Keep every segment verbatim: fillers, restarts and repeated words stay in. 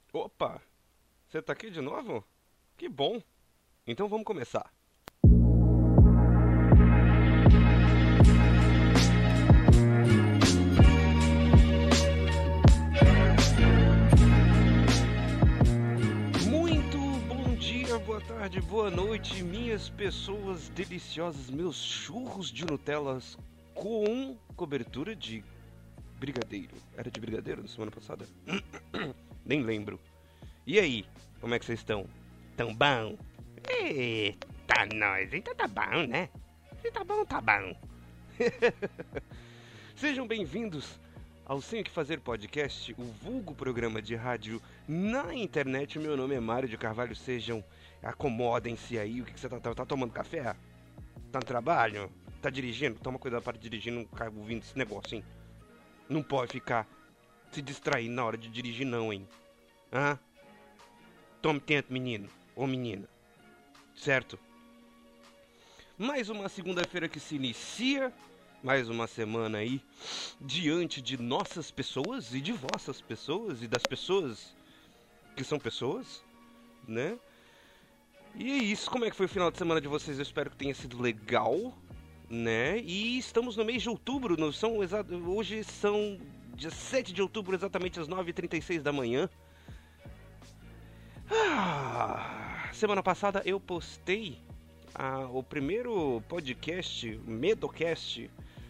Opa, você tá aqui de novo? Que bom. Então vamos começar. Muito bom dia, boa tarde, boa noite, minhas pessoas deliciosas, meus churros de Nutellas com cobertura de brigadeiro. Era de brigadeiro na semana passada? Nem lembro. E aí, como é que vocês estão? Tão bom? Eita, nós, então tá bom, né? Se tá bom, tá bom. Sejam bem-vindos ao Sem O Que Fazer Podcast, o vulgo programa de rádio na internet. Meu nome é Mário de Carvalho, sejam, acomodem-se aí. O que, que você tá, tá, tá tomando café? Tá no trabalho? Tá dirigindo? Toma cuidado para dirigir, não ficar ouvindo esse negócio, hein? Não pode ficar se distraindo na hora de dirigir não, hein? Hã? Tome tempo, menino ou menina. Certo? Mais uma segunda-feira que se inicia, mais uma semana aí, diante de nossas pessoas e de vossas pessoas e das pessoas que são pessoas, né? E é isso, como é que foi o final de semana de vocês? Eu espero que tenha sido legal, né? E estamos no mês de outubro, não são exa- hoje são dia sete de outubro, exatamente às nove e trinta e seis da manhã. Ah, semana passada eu postei ah, o primeiro podcast, Medocast,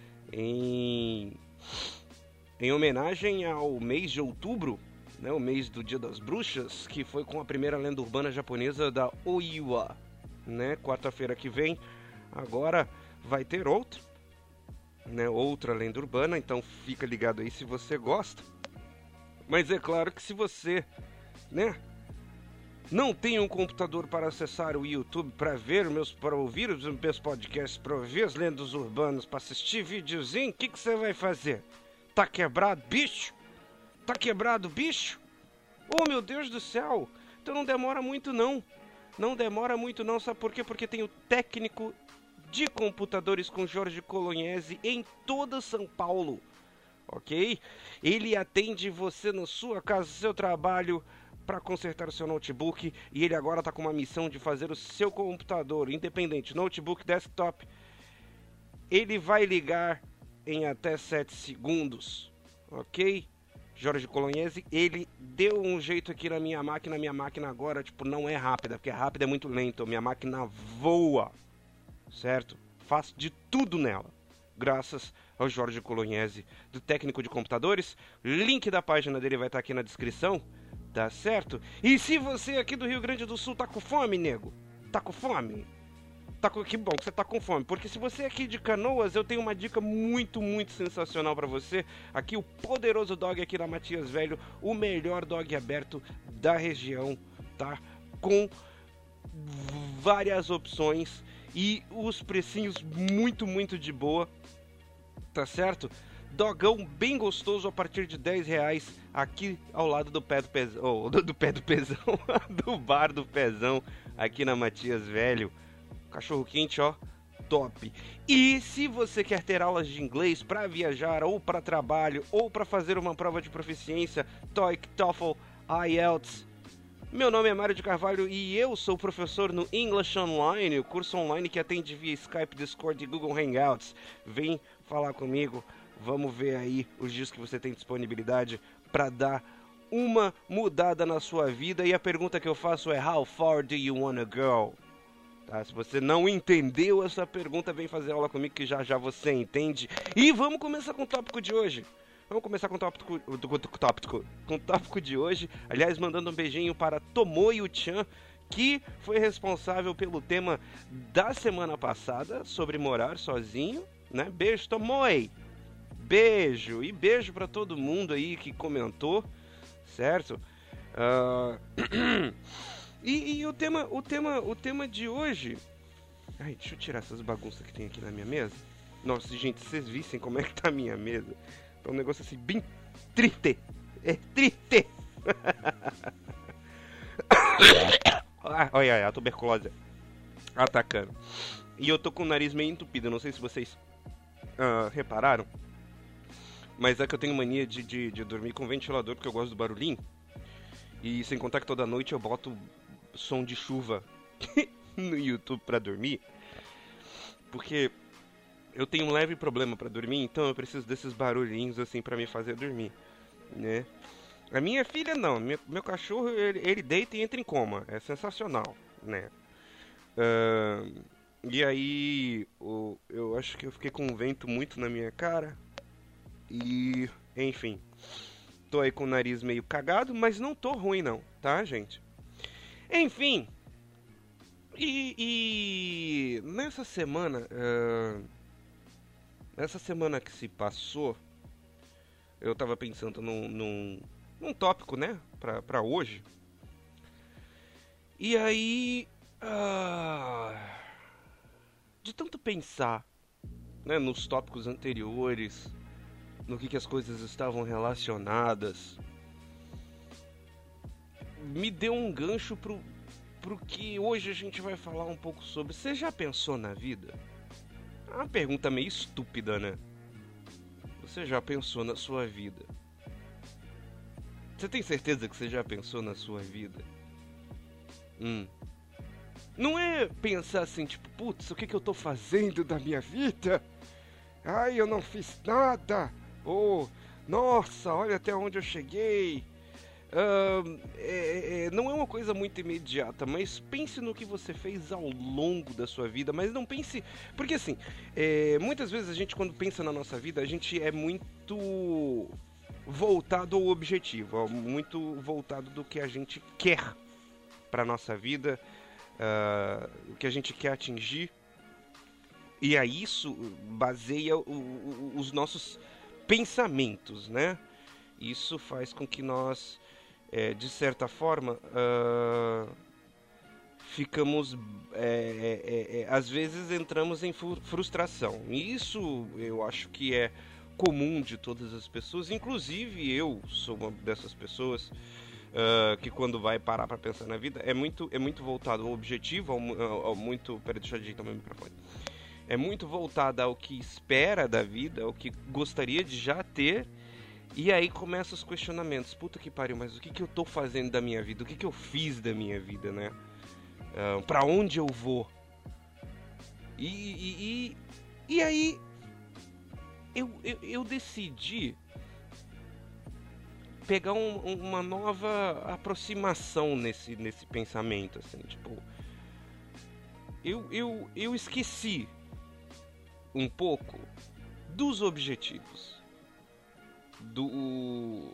em, em homenagem ao mês de outubro, né, o mês do Dia das Bruxas, que foi com a primeira lenda urbana japonesa da Oiwa, né, quarta-feira que vem, agora vai ter outro, né, outra lenda urbana, então fica ligado aí se você gosta, mas é claro que se você, né, não tem um computador para acessar o YouTube, para ver meus, para ouvir os meus podcasts, para ouvir as lendas urbanas, para assistir videozinho, o que, que você vai fazer? Tá quebrado, bicho? Tá quebrado, bicho? Oh, meu Deus do céu! Então não demora muito não. Não demora muito não, sabe por quê? Porque tem o técnico de computadores com Jorge Colognese em toda São Paulo, ok? Ele atende você na sua casa, no seu trabalho, para consertar o seu notebook, e ele agora está com uma missão de fazer o seu computador independente, notebook, desktop, ele vai ligar em até sete segundos, ok? Jorge Colognese, ele deu um jeito aqui na minha máquina, minha máquina agora, tipo, não é rápida, porque rápida é muito lento, minha máquina voa, certo? Faço de tudo nela, graças ao Jorge Colognese, do técnico de computadores. Link da página dele vai estar aqui na descrição. Tá certo? E se você aqui do Rio Grande do Sul tá com fome, nego? Tá com fome? Tá com... Que bom que você tá com fome. Porque se você é aqui de Canoas, eu tenho uma dica muito, muito sensacional pra você. Aqui o Poderoso Dog aqui na Matias Velho. O melhor dog aberto da região, tá? Com várias opções e os precinhos muito, muito de boa. Tá certo? Dogão bem gostoso a partir de dez reais aqui ao lado do pé do pezão, oh, do, do pé do pezão, do bar do pezão aqui na Matias Velho. Cachorro quente, ó, top. E se você quer ter aulas de inglês para viajar ou para trabalho ou para fazer uma prova de proficiência, TOEIC, TOEFL, I E L T S, meu nome é Mário de Carvalho e eu sou professor no English Online, o curso online que atende via Skype, Discord e Google Hangouts. Vem falar comigo. Vamos ver aí os dias que você tem disponibilidade para dar uma mudada na sua vida. E a pergunta que eu faço é: How far do you wanna go? Tá? Se você não entendeu essa pergunta, vem fazer aula comigo que já já você entende. E vamos começar com o tópico de hoje. Vamos começar com o tópico, com o tópico, com o tópico de hoje. Aliás, mandando um beijinho para Tomoyo-chan, que foi responsável pelo tema da semana passada sobre morar sozinho, né? Beijo, Tomoy! Beijo, e beijo pra todo mundo aí que comentou, certo? Uh... e, e o tema, o tema, o tema de hoje... Ai, deixa eu tirar essas bagunças que tem aqui na minha mesa. Nossa, gente, se vocês vissem como é que tá a minha mesa. É um negócio assim, bem triste. É triste. ah, olha aí, a tuberculose atacando. E eu tô com o nariz meio entupido, não sei se vocês uh, repararam. Mas é que eu tenho mania de, de, de dormir com ventilador, porque eu gosto do barulhinho. E sem contar que toda noite eu boto som de chuva no YouTube pra dormir. Porque eu tenho um leve problema pra dormir, então eu preciso desses barulhinhos assim pra me fazer dormir, né? A minha filha não, meu, meu cachorro ele, ele deita e entra em coma, é sensacional, né? Uh, e aí o, eu acho que eu fiquei com um vento muito na minha cara e enfim, tô aí com o nariz meio cagado, mas não tô ruim não, tá, gente? Enfim, e, e nessa semana, uh, nessa semana que se passou, eu tava pensando num, num, num tópico, né, pra, pra hoje. E aí, uh, de tanto pensar, né, nos tópicos anteriores, no que, que as coisas estavam relacionadas, me deu um gancho pro, pro que hoje a gente vai falar um pouco sobre. Você já pensou na vida? É uma pergunta meio estúpida, né? Você já pensou na sua vida? Você tem certeza que você já pensou na sua vida? Hum. Não é pensar assim, tipo, putz, o que, que eu tô fazendo da minha vida? Ai, eu não fiz nada. Ou, oh, nossa, olha até onde eu cheguei. Uh, é, é, não é uma coisa muito imediata, mas pense no que você fez ao longo da sua vida, mas não pense... Porque assim, é, muitas vezes a gente quando pensa na nossa vida, a gente é muito voltado ao objetivo, muito voltado do que a gente quer para nossa vida, uh, o que a gente quer atingir, e a isso baseia o, o, os nossos pensamentos, né? Isso faz com que nós É, de certa forma, uh, ficamos, é, é, é, às vezes entramos em frustração. E isso eu acho que é comum de todas as pessoas, inclusive eu sou uma dessas pessoas uh, que quando vai parar para pensar na vida, é muito, é muito voltado ao objetivo, ao, ao, ao muito... Peraí, deixa eu ajeitar meu microfone. É muito voltado ao que espera da vida, ao que gostaria de já ter. E aí começam os questionamentos. Puta que pariu, mas o que, que eu tô fazendo da minha vida? O que, que eu fiz da minha vida, né? Uh, pra onde eu vou? E, e, e, e aí eu, eu, eu decidi pegar um, uma nova aproximação nesse, nesse pensamento, assim, tipo... Eu, eu, eu esqueci um pouco dos objetivos. Do,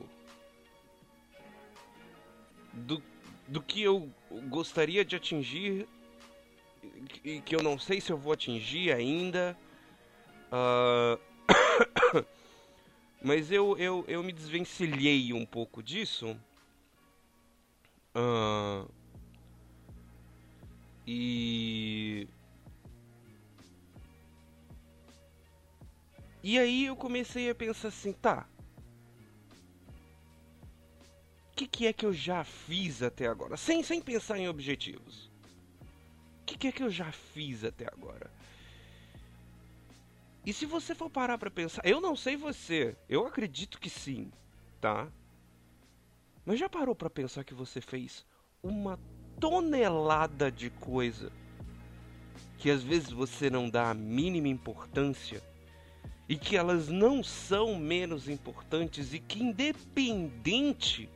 do do que eu gostaria de atingir e que eu não sei se eu vou atingir ainda, uh, mas eu, eu, eu me desvencilhei um pouco disso, uh, e e aí eu comecei a pensar assim, tá, o que, que é que eu já fiz até agora? Sem, sem pensar em objetivos. O que, que é que eu já fiz até agora? E se você for parar pra pensar... Eu não sei você. Eu acredito que sim. Tá? Mas já parou pra pensar que você fez uma tonelada de coisa que às vezes você não dá a mínima importância? E que elas não são menos importantes e que independente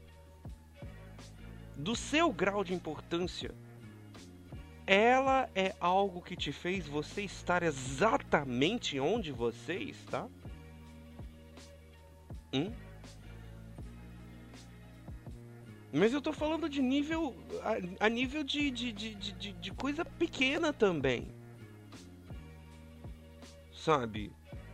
do seu grau de importância, ela é algo que te fez você estar exatamente onde você está? Hum? Mas eu tô falando de nível... A, a nível de, de, de, de, de coisa pequena também. Sabe?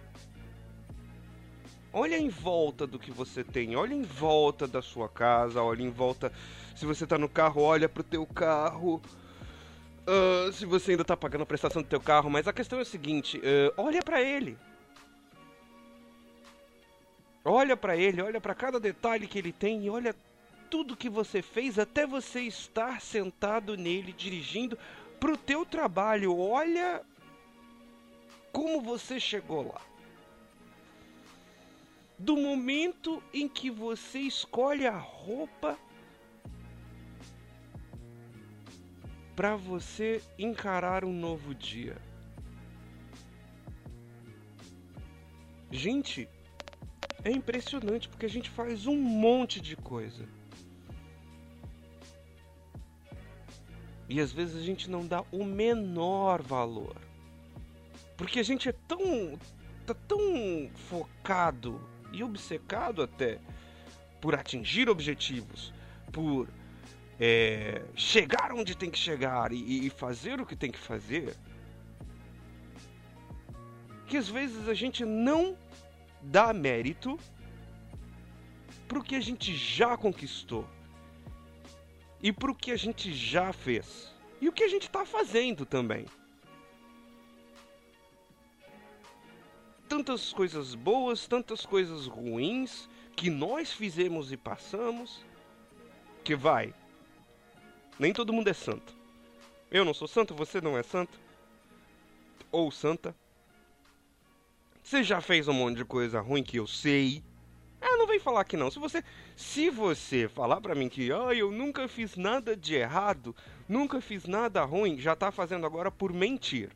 Olha em volta do que você tem, olha em volta da sua casa, olha em volta... Se você tá no carro, olha pro teu carro. Uh, se você ainda tá pagando a prestação do teu carro, mas a questão é o seguinte, uh, olha pra ele. Olha pra ele, olha pra cada detalhe que ele tem e olha tudo que você fez até você estar sentado nele, dirigindo pro teu trabalho. Olha como você chegou lá. Do momento em que você escolhe a roupa para você encarar um novo dia. Gente, é impressionante porque a gente faz um monte de coisa. E às vezes a gente não dá o menor valor. Porque a gente é tão, tá tão focado e obcecado até por atingir objetivos, por é, chegar onde tem que chegar e, e fazer o que tem que fazer, que às vezes a gente não dá mérito pro que a gente já conquistou e pro que a gente já fez e o que a gente está fazendo também. Tantas coisas boas, tantas coisas ruins que nós fizemos e passamos, que vai, nem todo mundo é santo. Eu não sou santo, você não é santo ou santa. Você já fez um monte de coisa ruim que eu sei. Ah, não vem falar que não. Se você, se você falar pra mim que ah, eu nunca fiz nada de errado, nunca fiz nada ruim, já tá fazendo agora por mentir.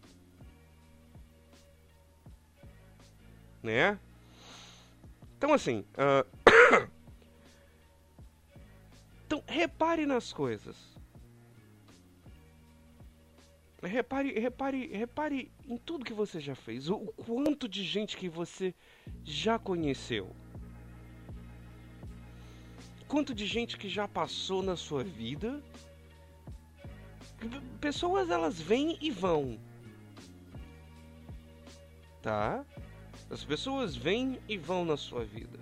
Né? Então assim, uh... então repare nas coisas. Repare, repare, repare em tudo que você já fez. O quanto de gente que você já conheceu. Quanto de gente que já passou na sua vida. Pessoas, elas vêm e vão. Tá? As pessoas vêm e vão na sua vida.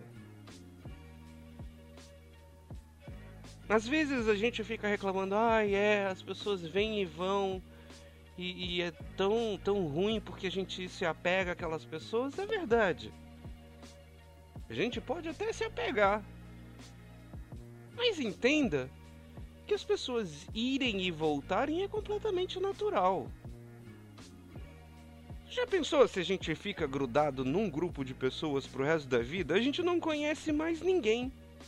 Às vezes a gente fica reclamando, ah, é, as pessoas vêm e vão. E, e é tão, tão ruim porque a gente se apega àquelas pessoas. É verdade. A gente pode até se apegar. Mas entenda que as pessoas irem e voltarem é completamente natural. Já pensou se a gente fica grudado num grupo de pessoas pro resto da vida? A gente não conhece mais ninguém.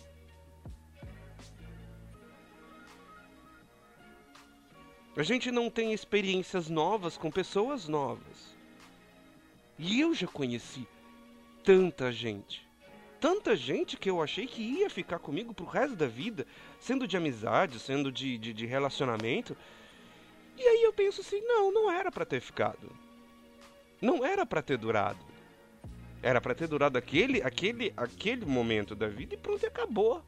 A gente não tem experiências novas com pessoas novas. E eu já conheci tanta gente. Tanta gente que eu achei que ia ficar comigo pro resto da vida. Sendo de amizade, sendo de, de, de relacionamento. E aí eu penso assim, não, não era pra ter ficado. Não era pra ter durado. Era pra ter durado aquele, aquele, aquele momento da vida e pronto, e acabou.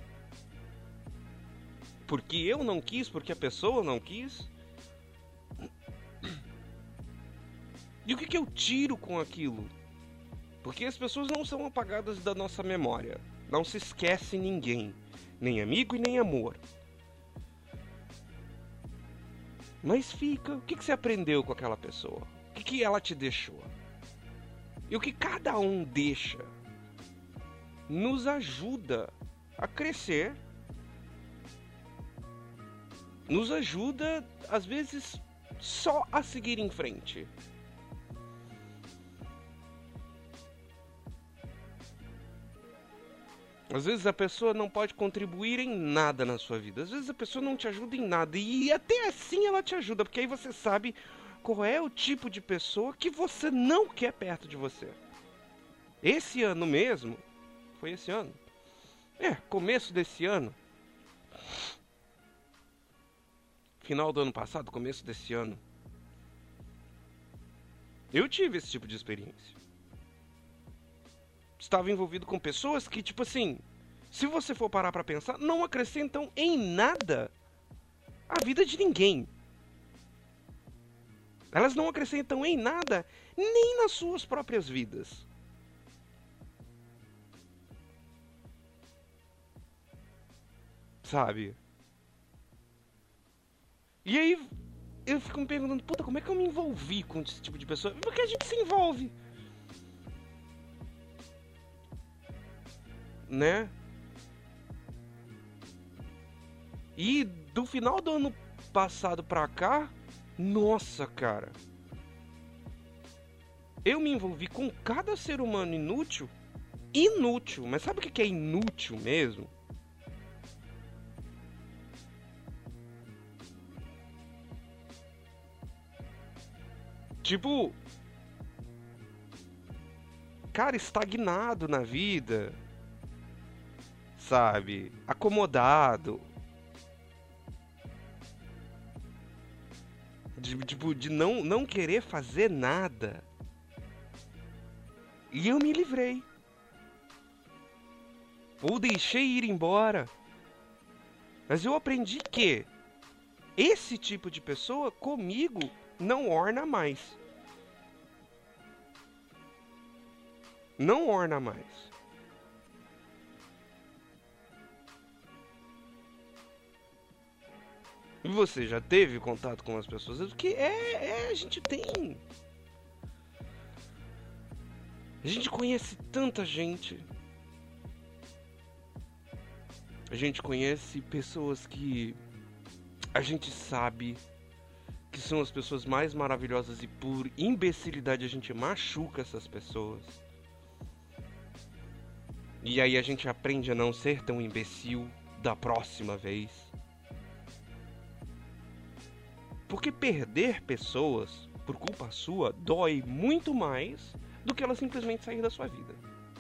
Porque eu não quis, porque a pessoa não quis. E o que, que eu tiro com aquilo? Porque as pessoas não são apagadas da nossa memória. Não se esquece ninguém. Nem amigo e nem amor. Mas fica. O que, que você aprendeu com aquela pessoa? O que, que ela te deixou? E o que cada um deixa nos ajuda a crescer. Nos ajuda, às vezes, só a seguir em frente. Às vezes a pessoa não pode contribuir em nada na sua vida. Às vezes a pessoa não te ajuda em nada. E até assim ela te ajuda, porque aí você sabe qual é o tipo de pessoa que você não quer perto de você. Esse ano mesmo, foi esse ano? É, começo desse ano. Final do ano passado, começo desse ano. Eu tive esse tipo de experiência. Estava envolvido com pessoas que, tipo assim, se você for parar pra pensar, não acrescentam em nada a vida de ninguém. Elas não acrescentam em nada, nem nas suas próprias vidas. Sabe? E aí, eu fico me perguntando, puta, como é que eu me envolvi com esse tipo de pessoa? Porque a gente se envolve. Né? E do final do ano passado pra cá, nossa, cara. Eu me envolvi com cada ser humano inútil. Inútil, mas sabe o que é inútil mesmo? Tipo, cara, estagnado na vida, sabe? Acomodado. De, tipo, de não, não querer fazer nada. E eu me livrei. Ou deixei ir embora. Mas eu aprendi que esse tipo de pessoa comigo não orna mais. Não orna mais. E você já teve contato com as pessoas? Porque é, é, a gente tem. A gente conhece tanta gente. A gente conhece pessoas que a gente sabe que são as pessoas mais maravilhosas e por imbecilidade a gente machuca essas pessoas. E aí a gente aprende a não ser tão imbecil da próxima vez. Porque perder pessoas por culpa sua dói muito mais do que ela simplesmente sair da sua vida.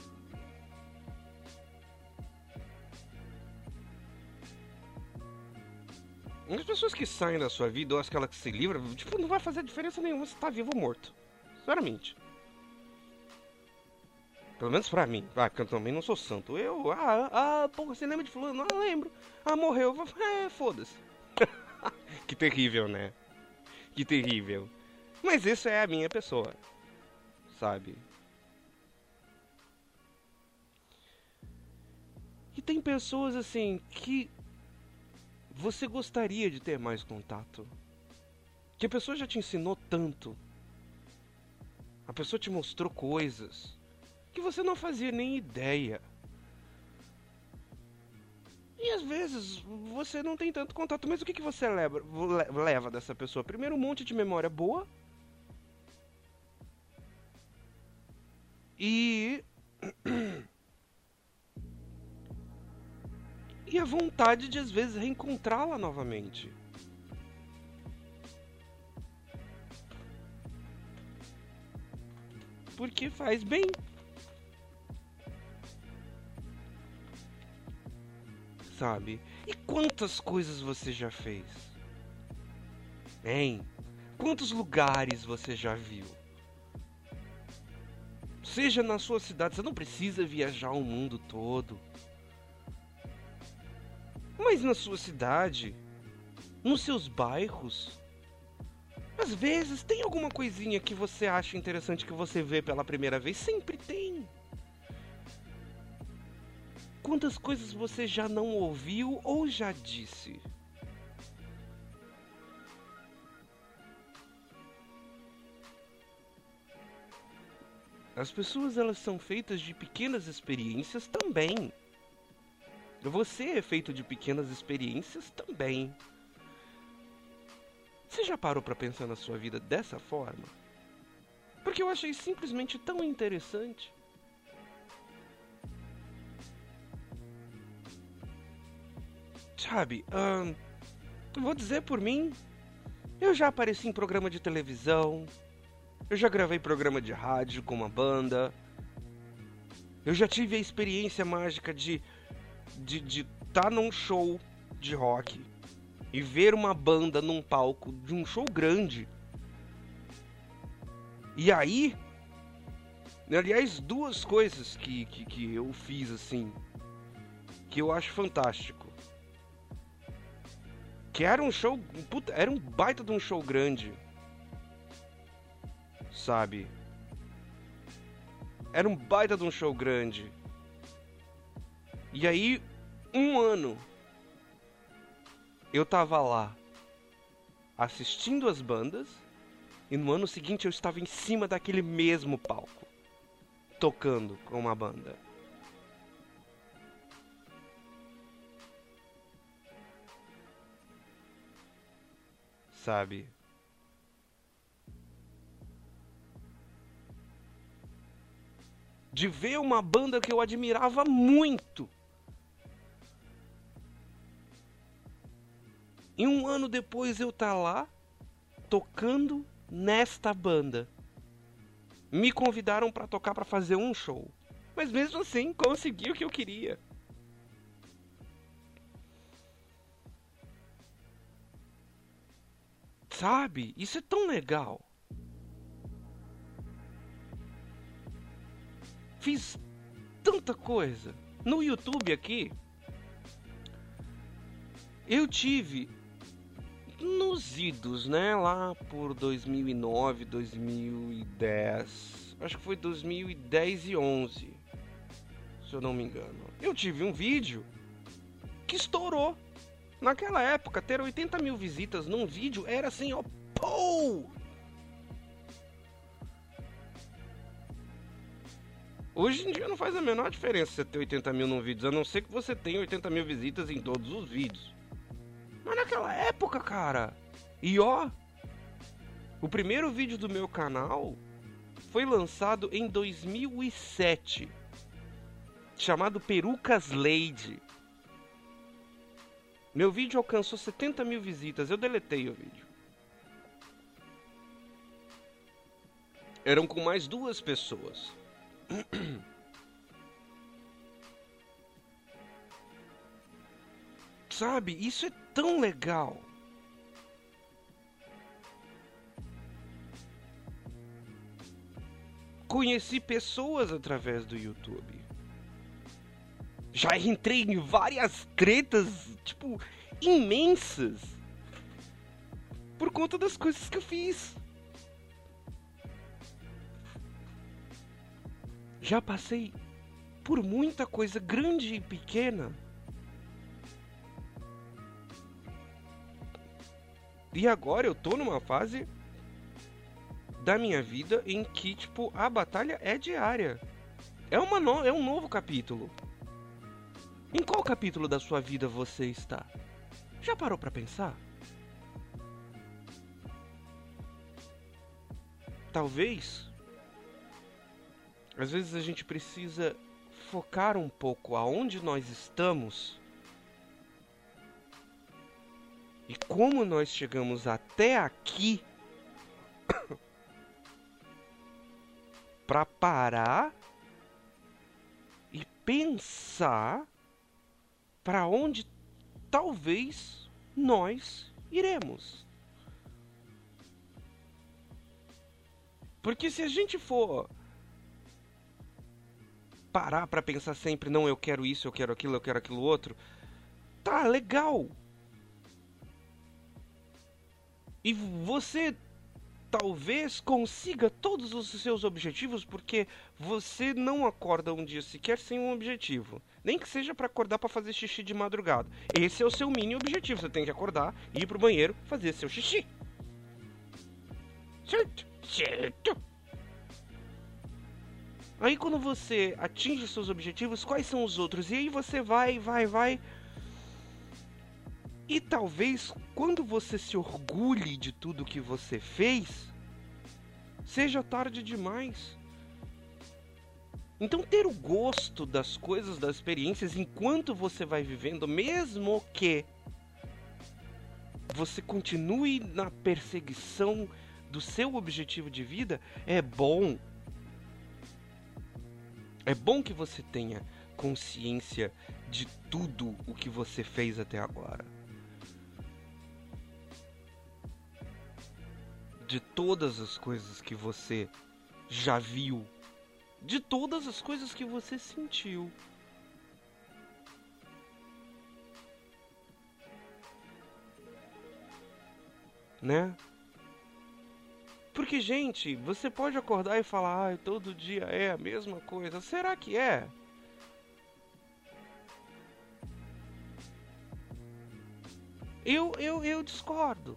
As pessoas que saem da sua vida ou aquela que se livra, tipo, não vai fazer diferença nenhuma se tá vivo ou morto. Sinceramente. Pelo menos pra mim. Ah, porque eu também não sou santo. Eu, ah, ah, porra, você lembra de fulano? Ah, lembro. Ah, morreu. É, foda-se. Que terrível, né? Que terrível. Mas isso é a minha pessoa. Sabe? E tem pessoas assim que você gostaria de ter mais contato. Que a pessoa já te ensinou tanto. A pessoa te mostrou coisas que você não fazia nem ideia. E às vezes você não tem tanto contato. Mas o que, que você leva, leva dessa pessoa? Primeiro, um monte de memória boa. E... E a vontade de às vezes reencontrá-la novamente. Porque faz bem. Sabe? E quantas coisas você já fez? Hein? Quantos lugares você já viu? Seja na sua cidade, você não precisa viajar o mundo todo. Mas na sua cidade, nos seus bairros, às vezes tem alguma coisinha que você acha interessante que você vê pela primeira vez. Sempre tem. Quantas coisas você já não ouviu ou já disse? As pessoas, elas são feitas de pequenas experiências também. Você é feito de pequenas experiências também. Você já parou pra pensar na sua vida dessa forma? Porque eu achei simplesmente tão interessante. Sabe, hum, vou dizer por mim, eu já apareci em programa de televisão, eu já gravei programa de rádio com uma banda, eu já tive a experiência mágica de de de tá num show de rock e ver uma banda num palco de um show grande. E aí, aliás, duas coisas que, que, que eu fiz assim, que eu acho fantástico. Que era um show, puta, era um baita de um show grande. Sabe? Era um baita de um show grande. E aí, um ano, eu tava lá assistindo as bandas, e no ano seguinte eu estava em cima daquele mesmo palco, tocando com uma banda. Sabe? De ver uma banda que eu admirava muito. E um ano depois eu tá lá, tocando nesta banda. Me convidaram para tocar, para fazer um show. Mas mesmo assim, consegui o que eu queria. Sabe? Isso é tão legal. Fiz tanta coisa. No YouTube aqui, eu tive nos idos, né? Lá por dois mil e nove, dois mil e dez. Acho que foi dois mil e dez e onze. Se eu não me engano. Eu tive um vídeo que estourou. Naquela época, ter oitenta mil visitas num vídeo era assim, ó. Pou! Hoje em dia não faz a menor diferença você ter oitenta mil num vídeo, a não ser que você tenha oitenta mil visitas em todos os vídeos. Mas naquela época, cara... E ó... O primeiro vídeo do meu canal foi lançado em dois mil e sete. Chamado Perucas Lady. Meu vídeo alcançou setenta mil visitas. Eu deletei o vídeo. Eram com mais duas pessoas. Sabe, isso é tão legal. Conheci pessoas através do YouTube. Já entrei em várias tretas, tipo, imensas. Por conta das coisas que eu fiz. Já passei por muita coisa grande e pequena. E agora eu tô numa fase da minha vida em que, tipo, a batalha é diária. É, uma no... é um novo capítulo. Em qual capítulo da sua vida você está? Já parou pra pensar? Talvez... Às vezes a gente precisa focar um pouco aonde nós estamos e como nós chegamos até aqui para parar e pensar para onde talvez nós iremos. Porque se a gente for parar pra pensar sempre, não, eu quero isso, eu quero aquilo, eu quero aquilo outro, tá legal. E você talvez consiga todos os seus objetivos porque você não acorda um dia sequer sem um objetivo. Nem que seja pra acordar pra fazer xixi de madrugada. Esse é o seu mini objetivo. Você tem que acordar, ir pro banheiro, fazer seu xixi. Certo? Certo. Aí quando você atinge seus objetivos, quais são os outros? E aí você vai, vai, vai. E talvez quando você se orgulhe de tudo que você fez, seja tarde demais. Então ter o gosto das coisas, das experiências, enquanto você vai vivendo, mesmo que você continue na perseguição do seu objetivo de vida, é bom. É bom que você tenha consciência de tudo o que você fez até agora. De todas as coisas que você já viu. De todas as coisas que você sentiu. Né? Porque, gente, você pode acordar e falar, ah, todo dia é a mesma coisa. Será que é? Eu, eu, eu discordo.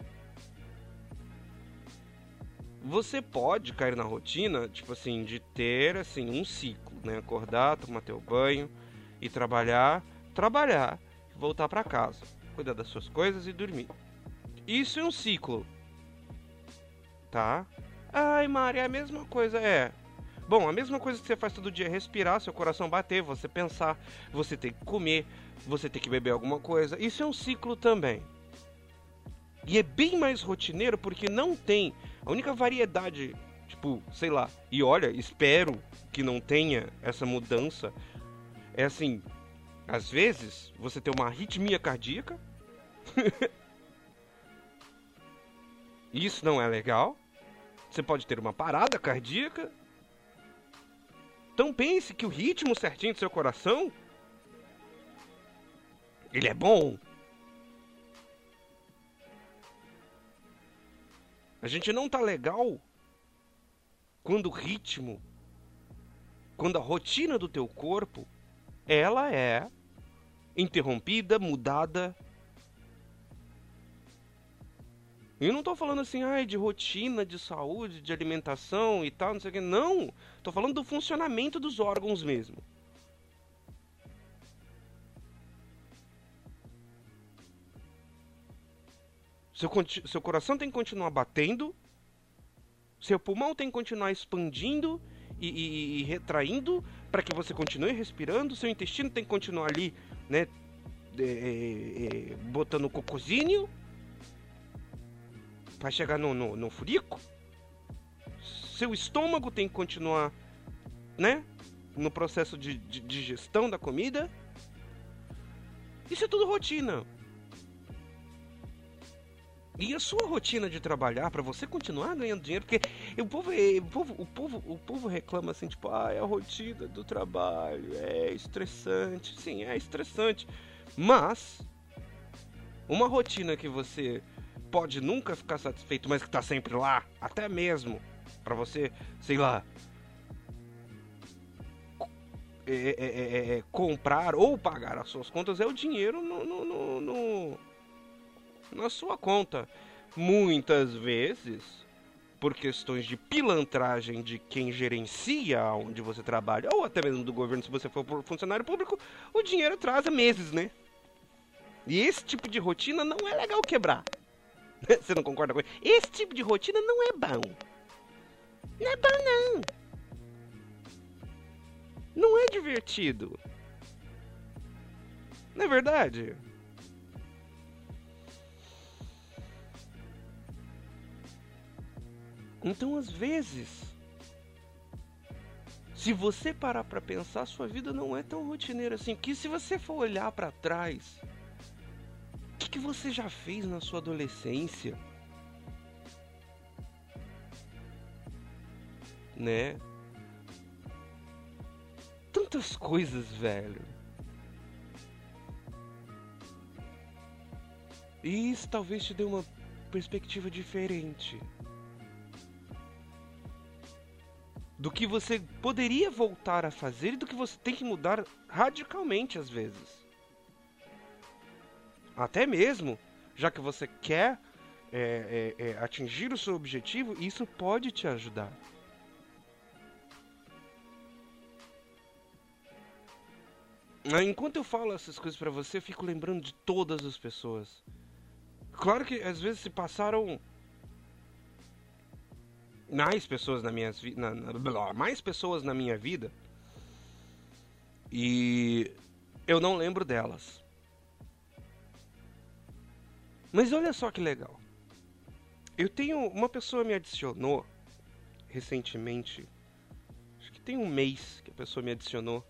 Você pode cair na rotina, tipo assim, de ter, assim, um ciclo, né? Acordar, tomar teu banho, ir trabalhar, trabalhar, voltar pra casa, cuidar das suas coisas e dormir. Isso é um ciclo. Tá? Ai, Mari, é a mesma coisa, é. Bom, a mesma coisa que você faz todo dia é respirar, seu coração bater, você pensar, você tem que comer, você tem que beber alguma coisa. Isso é um ciclo também. E é bem mais rotineiro porque não tem a única variedade, tipo, sei lá. E olha, espero que não tenha essa mudança. É assim, às vezes você tem uma arritmia cardíaca. Isso não é legal. Você pode ter uma parada cardíaca. Então pense que o ritmo certinho do seu coração, ele é bom. A gente não tá legal quando o ritmo, quando a rotina do teu corpo, ela é interrompida, mudada. Eu não tô falando assim, ai, de rotina, de saúde, de alimentação e tal, não sei o que. Não! Tô falando do funcionamento dos órgãos mesmo. Seu, seu coração tem que continuar batendo. Seu pulmão tem que continuar expandindo e, e, e retraindo para que você continue respirando. Seu intestino tem que continuar ali, né, é, é, botando cocôzinho para chegar no, no, no furico. Seu estômago tem que continuar, né, no processo de, de digestão da comida. Isso é tudo rotina. E a sua rotina de trabalhar para você continuar ganhando dinheiro, porque o povo, o povo, o povo, o povo reclama assim, tipo, ah, é a rotina do trabalho, é estressante. Sim, é estressante. Mas uma rotina que você pode nunca ficar satisfeito, mas que tá sempre lá, até mesmo para você, sei lá, é, é, é, é, comprar ou pagar as suas contas, é o dinheiro no, no, no, no na sua conta. Muitas vezes, por questões de pilantragem de quem gerencia onde você trabalha, ou até mesmo do governo, se você for funcionário público, o dinheiro atrasa meses, né? E esse tipo de rotina não é legal quebrar. Você não concorda com isso? Esse tipo de rotina não é bom. Não é bom, não. Não é divertido. Não é verdade? Então, às vezes, se você parar pra pensar, sua vida não é tão rotineira assim. Que se você for olhar pra trás, o que, que você já fez na sua adolescência? Né? Tantas coisas, velho. E isso talvez te dê uma perspectiva diferente do que você poderia voltar a fazer e do que você tem que mudar radicalmente às vezes. Até mesmo, já que você quer é, é, é, atingir o seu objetivo, isso pode te ajudar. Enquanto eu falo essas coisas pra você, eu fico lembrando de todas as pessoas. Claro que às vezes se passaram mais pessoas na minha vida, mais pessoas na minha vida, e eu não lembro delas. Mas olha só que legal. Eu tenho uma pessoa me adicionou recentemente. Acho que tem um mês que a pessoa me adicionou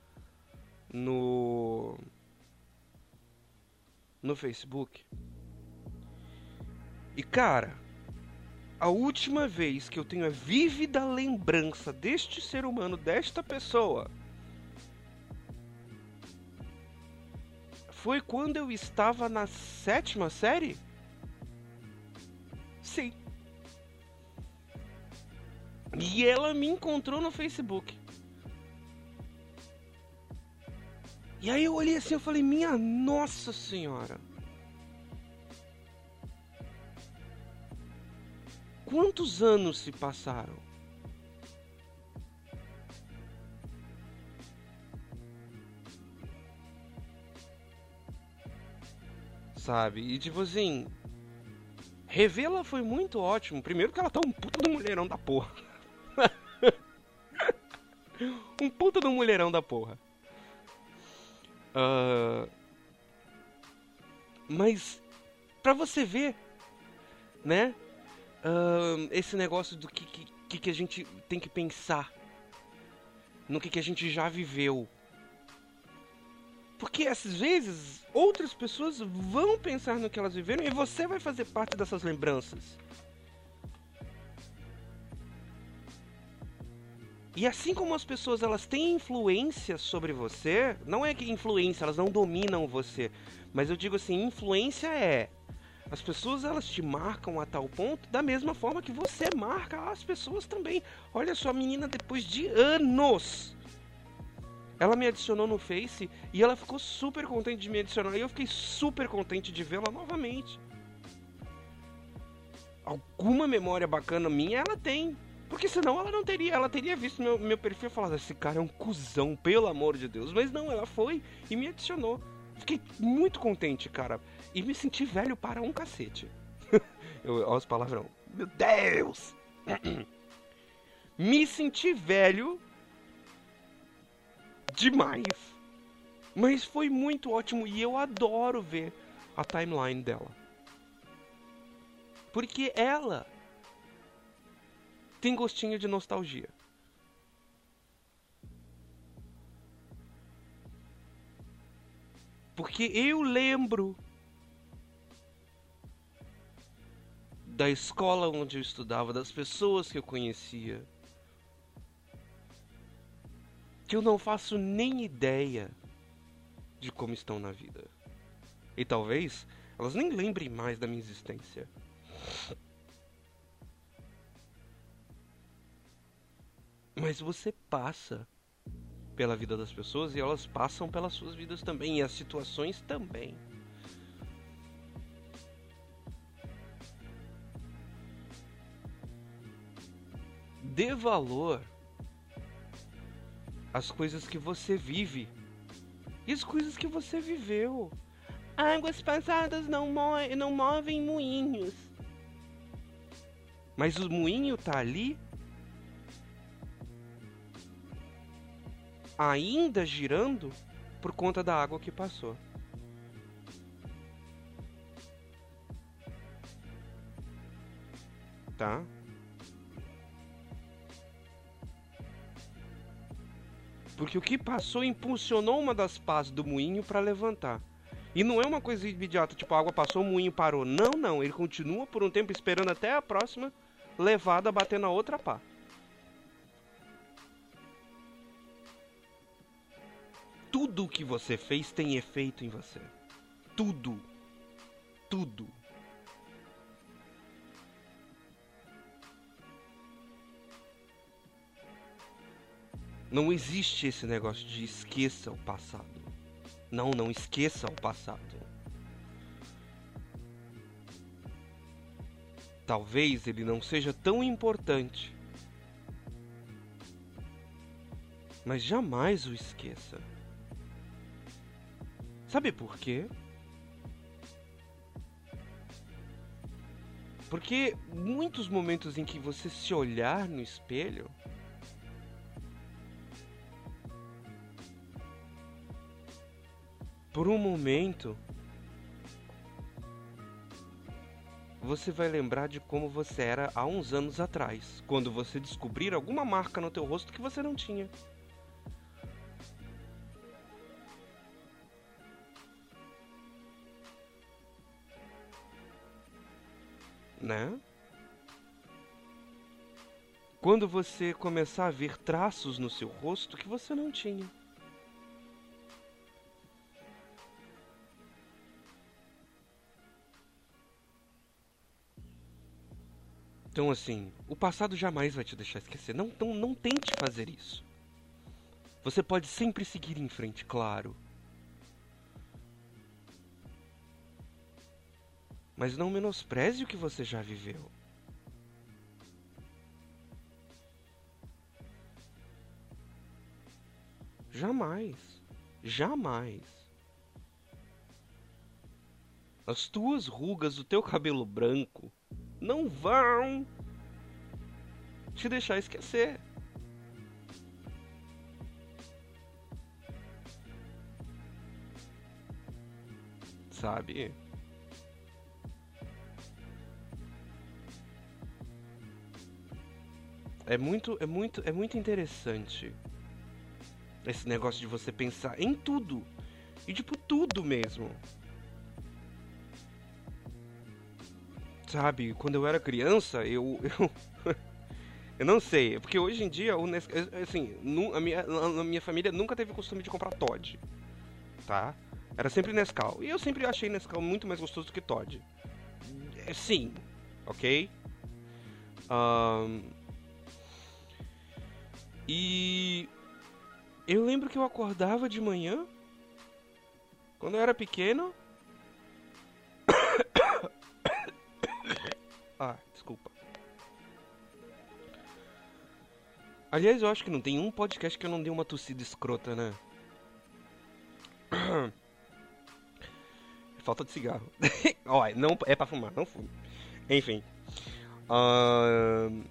no no Facebook. E cara, a última vez que eu tenho a vívida lembrança deste ser humano, desta pessoa, foi quando eu estava na sétima série? Sim. E ela me encontrou no Facebook. E aí eu olhei assim e falei, minha nossa senhora. Quantos anos se passaram? Sabe? E tipo assim, revê-la foi muito ótimo. Primeiro que ela tá um puta do mulherão da porra. Um puta do mulherão da porra. Uh... Mas, pra você ver né? Uh, esse negócio do que, que, que a gente tem que pensar, no que, que a gente já viveu. Porque às vezes outras pessoas vão pensar no que elas viveram e você vai fazer parte dessas lembranças. E assim como as pessoas elas têm influência sobre você, não é que influência, elas não dominam você, mas eu digo assim, influência é as pessoas elas te marcam a tal ponto da mesma forma que você marca as pessoas também. Olha só, a menina depois de anos, ela me adicionou no Face e ela ficou super contente de me adicionar e eu fiquei super contente de vê-la novamente. Alguma memória bacana minha ela tem. Porque senão ela não teria, ela teria visto meu, meu perfil e falado, esse cara é um cuzão, pelo amor de Deus. Mas não, ela foi e me adicionou. Fiquei muito contente, cara. E me senti velho para um cacete. eu, olha os palavrão. Meu Deus! Me senti velho demais. Mas foi muito ótimo e eu adoro ver a timeline dela. Porque ela tem gostinho de nostalgia. Porque eu lembro da escola onde eu estudava, das pessoas que eu conhecia, que eu não faço nem ideia de como estão na vida. E talvez elas nem lembrem mais da minha existência. Mas você passa pela vida das pessoas e elas passam pelas suas vidas também, e as situações também. Dê valor às coisas que você vive e as coisas que você viveu. Águas passadas não, mo não movem moinhos. Mas o moinho tá ali ainda girando por conta da água que passou. Tá? Porque o que passou impulsionou uma das pás do moinho para levantar. E não é uma coisa imediata, tipo, a água passou, o moinho parou. Não, não, ele continua por um tempo esperando até a próxima levada bater na outra pá. Tudo que você fez tem efeito em você. Tudo. Tudo. Não existe esse negócio de esqueça o passado. Não, não esqueça o passado. Talvez ele não seja tão importante, mas jamais o esqueça. Sabe por quê? Porque muitos momentos em que você se olhar no espelho, por um momento, você vai lembrar de como você era há uns anos atrás, quando você descobrir alguma marca no teu rosto que você não tinha. Né? Quando você começar a ver traços no seu rosto que você não tinha. Então assim, o passado jamais vai te deixar esquecer. Não, não, não tente fazer isso. Você pode sempre seguir em frente, claro. Mas não menospreze o que você já viveu. Jamais. Jamais. As tuas rugas, o teu cabelo branco não vão te deixar esquecer. Sabe? é muito, é muito, é muito interessante esse negócio de você pensar em tudo. E tipo, tudo mesmo. Sabe, quando eu era criança, eu... Eu, eu não sei, porque hoje em dia, o Nes... assim, a minha, a minha família nunca teve o costume de comprar Toddy, tá? Era sempre Nescau. E eu sempre achei Nescau muito mais gostoso do que Toddy. É, sim, ok? Um, e eu lembro que eu acordava de manhã, quando eu era pequeno. Ah, desculpa. Aliás, eu acho que não tem um podcast que eu não dei uma tossida escrota, né? Falta de cigarro. Olha, não é pra fumar, não fume. Enfim. Uh,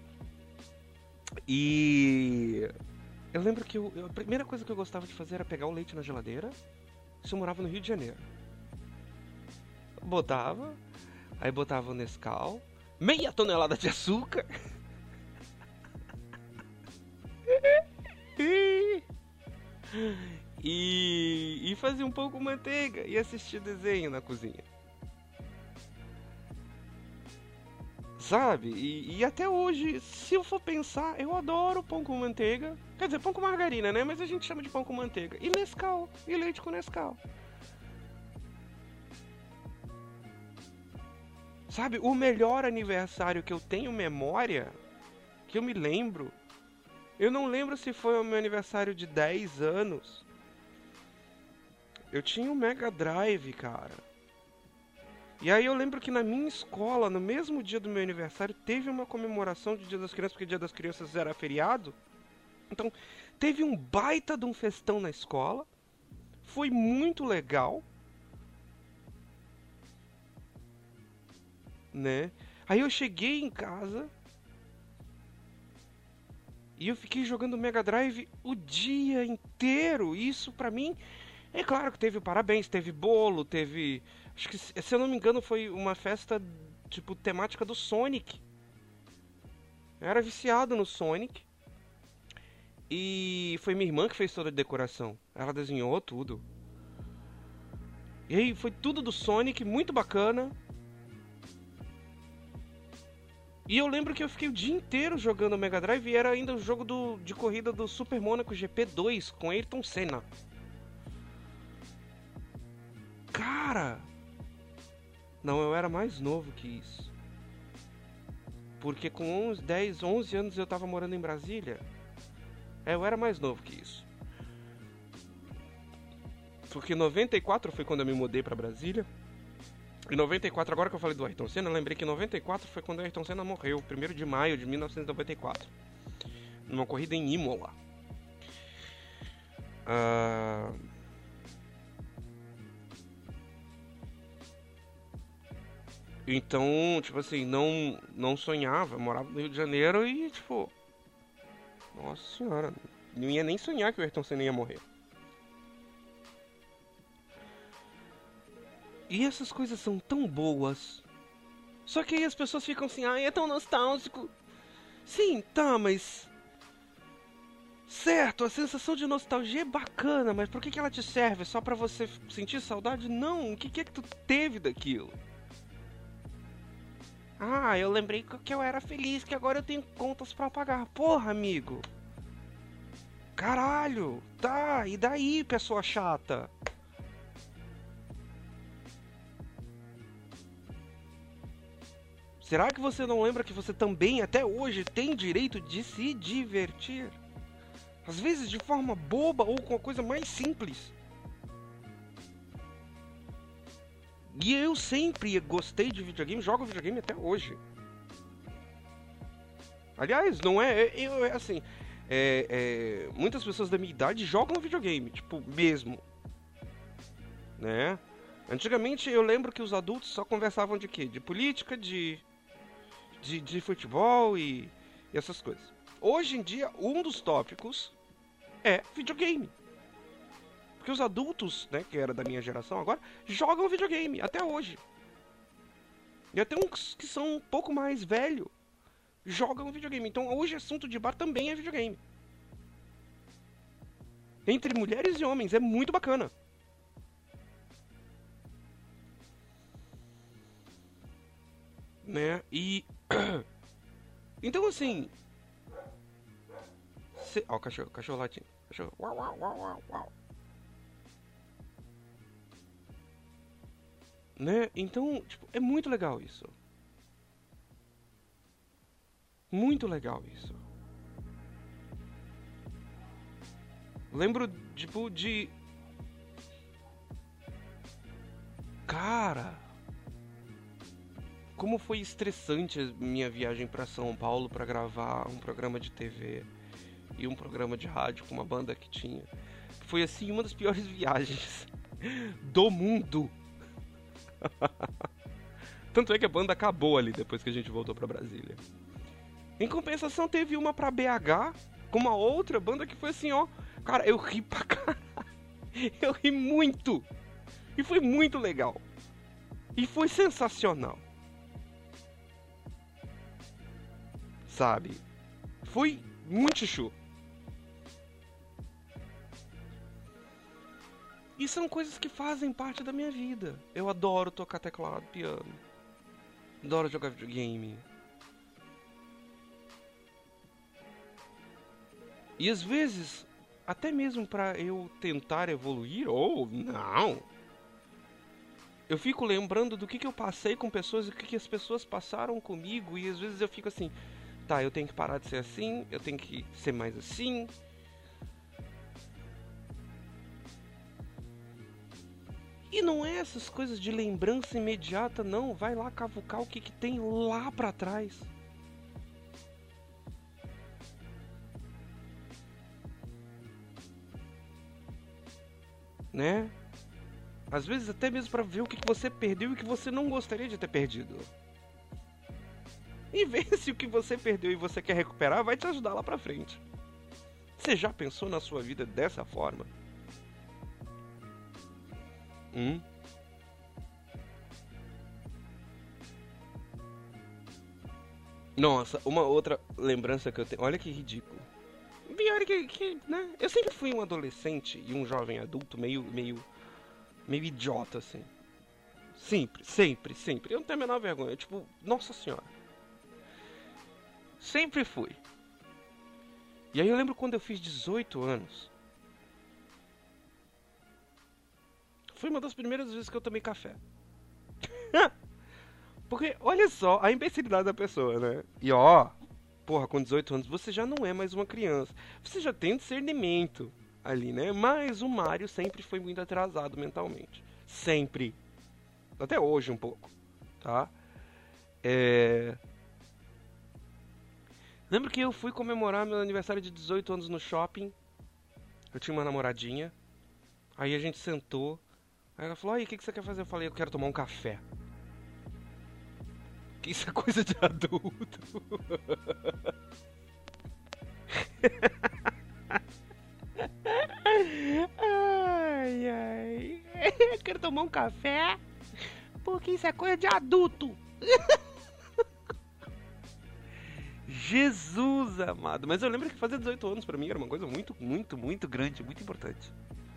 e eu lembro que eu, eu, a primeira coisa que eu gostava de fazer era pegar o leite na geladeira. Isso eu morava no Rio de Janeiro. Botava, aí botava o Nescau, meia tonelada de açúcar. E, e fazia um pouco de manteiga e assistia desenho na cozinha. Sabe? E, e até hoje, se eu for pensar, eu adoro pão com manteiga. Quer dizer, pão com margarina, né? Mas a gente chama de pão com manteiga. E Nescau, e leite com Nescau. Sabe, o melhor aniversário que eu tenho memória, que eu me lembro, eu não lembro se foi o meu aniversário de dez anos. Eu tinha um Mega Drive, cara. E aí eu lembro que na minha escola, no mesmo dia do meu aniversário, teve uma comemoração de Dia das Crianças, porque Dia das Crianças era feriado. Então, teve um baita de um festão na escola. Foi muito legal. Né? Aí eu cheguei em casa e eu fiquei jogando Mega Drive o dia inteiro. Isso pra mim, é claro que teve parabéns, teve bolo, teve... Acho que, se eu não me engano, foi uma festa, tipo, temática do Sonic. Eu era viciado no Sonic. E foi minha irmã que fez toda a decoração. Ela desenhou tudo. E aí foi tudo do Sonic, muito bacana. E eu lembro que eu fiquei o dia inteiro jogando Mega Drive e era ainda o jogo do, de corrida do Super Monaco G P dois com Ayrton Senna. Cara! Não, eu era mais novo que isso. Porque com uns dez, onze anos eu tava morando em Brasília. É, eu era mais novo que isso. Porque em noventa e quatro foi quando eu me mudei pra Brasília. Em noventa e quatro, agora que eu falei do Ayrton Senna, eu lembrei que em noventa e quatro foi quando o Ayrton Senna morreu, primeiro de maio de mil novecentos e noventa e quatro. Numa corrida em Imola. Ah... Então, tipo assim, não, não sonhava, eu morava no Rio de Janeiro e, tipo... Nossa senhora, não ia nem sonhar que o Ayrton Senna ia morrer. E essas coisas são tão boas. Só que aí as pessoas ficam assim, ai, é tão nostálgico. Sim, tá, mas... Certo, a sensação de nostalgia é bacana, mas por que, que ela te serve? Só pra você sentir saudade? Não, o que, que é que tu teve daquilo? Ah, eu lembrei que eu era feliz, que agora eu tenho contas pra pagar. Porra, amigo. Caralho, tá, e daí, pessoa chata? Será que você não lembra que você também, até hoje, tem direito de se divertir? Às vezes de forma boba ou com a coisa mais simples. E eu sempre gostei de videogame, jogo videogame até hoje. Aliás, não é... Eu, é assim... É, é, muitas pessoas da minha idade jogam videogame, tipo, mesmo. Né? Antigamente eu lembro que os adultos só conversavam de quê? De política, de... De, de futebol e, e essas coisas. Hoje em dia, um dos tópicos é videogame. Porque os adultos, né, que era da minha geração agora, jogam videogame, até hoje. E até uns que são um pouco mais velhos jogam videogame. Então hoje assunto de bar também é videogame. Entre mulheres e homens, é muito bacana. Né? E... então assim... Cê... Ó, o cachorro, o cachorro latindo. Cachorro... Uau, uau, uau, uau, uau. Né? Então, tipo, é muito legal isso. Muito legal isso. Lembro, tipo, de... Cara... Como foi estressante a minha viagem pra São Paulo pra gravar um programa de T V e um programa de rádio com uma banda que tinha. Foi, assim, uma das piores viagens do mundo. Tanto é que a banda acabou ali depois que a gente voltou pra Brasília. Em compensação, teve uma pra B H com uma outra banda que foi assim, ó. Cara, eu ri pra caralho. Eu ri muito. E foi muito legal. E foi sensacional. Sabe? Foi muito show. E são coisas que fazem parte da minha vida. Eu adoro tocar teclado, piano. Adoro jogar videogame. E às vezes, até mesmo pra eu tentar evoluir, ou não, eu fico lembrando do que, que eu passei com pessoas e o que, que as pessoas passaram comigo. E às vezes eu fico assim, tá, eu tenho que parar de ser assim, eu tenho que ser mais assim. E não é essas coisas de lembrança imediata, não. Vai lá cavucar o que, que tem lá pra trás. Né? Às vezes até mesmo pra ver o que, que você perdeu e o que você não gostaria de ter perdido. E ver se o que você perdeu e você quer recuperar vai te ajudar lá pra frente. Você já pensou na sua vida dessa forma? Hum? Nossa, uma outra lembrança que eu tenho. Olha que ridículo. Pior que, que, né? Eu sempre fui um adolescente e um jovem adulto meio, meio, meio idiota, assim. Sempre, sempre, sempre. Eu não tenho a menor vergonha. Tipo, nossa senhora. Sempre fui. E aí eu lembro quando eu fiz dezoito anos. Foi uma das primeiras vezes que eu tomei café. Porque, olha só, a imbecilidade da pessoa, né? E ó, porra, com dezoito anos você já não é mais uma criança. Você já tem discernimento ali, né? Mas o Mário sempre foi muito atrasado mentalmente. Sempre. Até hoje um pouco, tá? É... Lembro que eu fui comemorar meu aniversário de dezoito anos no shopping. Eu tinha uma namoradinha. Aí a gente sentou. Aí ela falou, aí, o que, que você quer fazer? Eu falei, eu quero tomar um café. Que isso é coisa de adulto. Ai, ai. Eu quero tomar um café. Porque isso é coisa de adulto. Jesus amado. Mas eu lembro que fazer dezoito anos pra mim era uma coisa muito, muito, muito grande, muito importante.